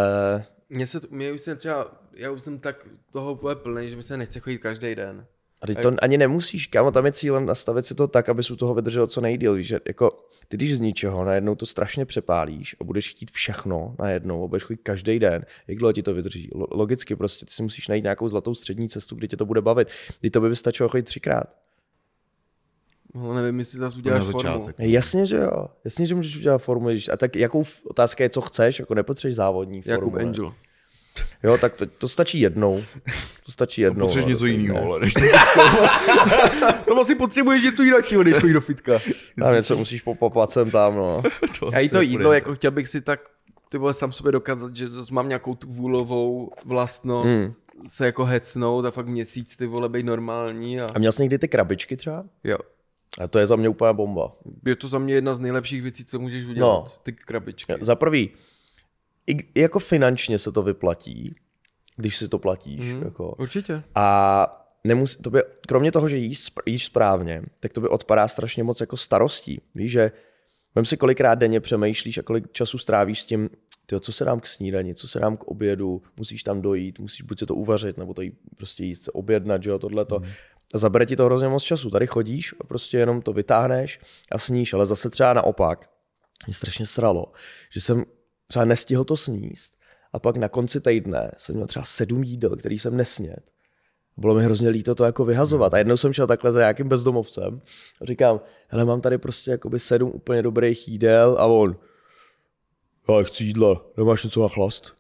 Já už jsem tak toho úplně plný, že mi se nechce chodit každý den. A teď to ani nemusíš, kámo, tam je cílem nastavit si to tak, abys u toho vydržel co nejdýl, víš, že jako ty když z ničeho najednou to strašně přepálíš a budeš chtít všechno najednou a budeš chodit každý den, jak dlouho ti to vydrží? Logicky prostě ty si musíš najít nějakou zlatou střední cestu, kde tě to bude bavit. Teď to by stačilo chodit 3krát. No nevím, jestli zase uděláš formu. Jasně, že jo. Jasně, že můžeš udělat formu. A tak jakou otázka je, co chceš, jako nepotřebuješ závodní formu. Jakub Angel. Jo, tak to stačí jednou. Potřebuješ něco jiného, ale než to asi potřebuješ něco jiného, než chodit do fitka. Tam něco musíš popapat sem tam, no. A i to jídlo, jako chtěl bych si tak, ty vole, sám sobě dokázat, že zase mám nějakou tu vůlovou vlastnost, se jako hecnout a fakt měsíc, ty vole, být normální. A měl jsi někdy ty krabičky třeba? Jo. A to je za mě úplná bomba. Je to za mě jedna z nejlepších věcí, co můžeš udělat, ty krabičky. Za prvý, i jako finančně se to vyplatí, když si to platíš. Jako. Určitě. A kromě toho, že jíš správně, tak to by odpadá strašně moc jako starostí. Víš, že vem si kolikrát denně přemýšlíš a kolik času strávíš s tím, co se dám k snídani, co se dám k obědu, musíš tam dojít, musíš buď se to uvařit, nebo to prostě jíst, objednat, že jo, tohleto. A zabere ti to hrozně moc času. Tady chodíš a prostě jenom to vytáhneš a sníš, ale zase třeba naopak. Mě strašně sralo, že jsem třeba nestihl to sníst a pak na konci týdne jsem měl třeba 7 jídel, který jsem nesnědl. Bylo mi hrozně líto to jako vyhazovat. A jednou jsem šel takhle za nějakým bezdomovcem a říkám, hele, mám tady prostě jakoby 7 úplně dobrých jídel a on, já chci jídla, nemáš něco na chlast?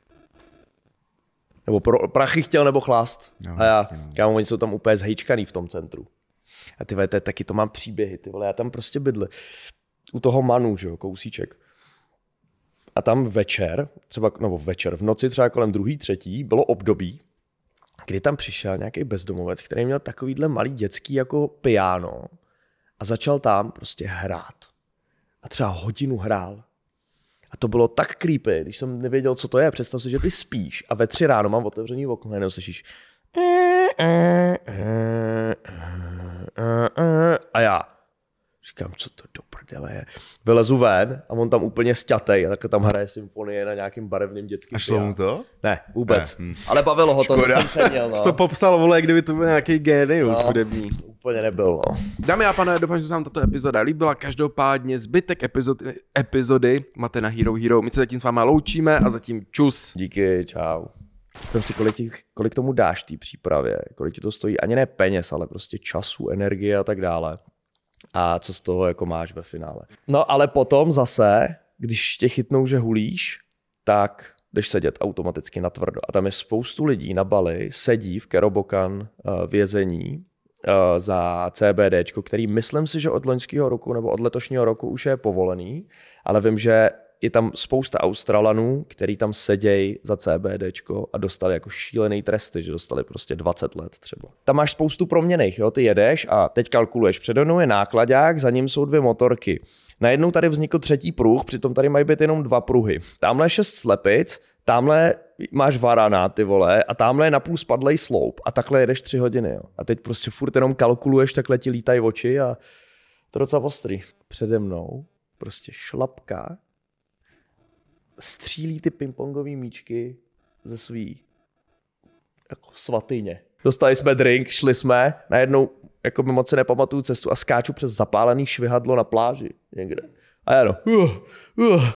Nebo prachy chtěl nebo chlast. No, a já, vlastně, no. kámo, oni jsou tam úplně zhejčkaný v tom centru. A ty vole, taky to mám příběhy, ty vole, já tam prostě bydle. U toho Manu, že jo, kousíček. A tam večer, v noci třeba kolem 2., 3. bylo období, kdy tam přišel nějaký bezdomovec, který měl takovýhle malý dětský jako piano a začal tam prostě hrát. A třeba hodinu hrál. A to bylo tak creepy, když jsem nevěděl, co to je. Představ si, že ty spíš a ve 3 ráno mám otevřený okno a jenom slyšíš a já říkám, co to do prdele je. Vylezu ven a on tam úplně sťatej a takhle tam hraje symfonie na nějakým barevným dětským. A šlo mu to? Ne, vůbec. Ne. Ale bavilo ho to, to jsem cenil. No. Jsi to popsal, vole, kdyby to byl nějaký génius hudební. Úplně nebyl, no. Dámy a pánové, doufám, že se vám tato epizoda líbila. Každopádně zbytek epizody máte na Hero Hero. My se zatím s váma loučíme a zatím čus. Díky, čau. Vem si, kolik tomu dáš té přípravě, kolik ti to stojí, ani ne peněz, ale prostě času, energie a tak dále. A co z toho jako máš ve finále. No ale potom zase, když tě chytnou, že hulíš, tak jdeš sedět automaticky na tvrdo. A tam je spoustu lidí na Bali, sedí v Kerobokan vězení za CBDčko, který myslím si, že od loňského roku nebo od letošního roku už je povolený, ale vím, že je tam spousta Australanů, který tam sedějí za CBDčko a dostali jako šílený tresty, že dostali prostě 20 let třeba. Tam máš spoustu proměnných, jo? Ty jedeš a teď kalkuluješ. Přede mnou je nákladák, za ním jsou 2 motorky. Najednou tady vznikl 3. pruh, přitom tady mají být jenom 2 pruhy. Tamhle je 6 slepic, tamhle máš varana, ty vole, a tamhle je napůl spadlej sloup a takhle jedeš 3 hodiny. Jo? A teď prostě furt jenom kalkuluješ, takhle ti lítají oči a to je docela ostrý. Přede mnou prostě šlapka střílí ty pingpongové míčky ze svý jako svatyně. Dostali jsme drink, šli jsme, najednou jako moc si nepamatuju cestu a skáču přes zapálený švihadlo na pláži někde. A já no,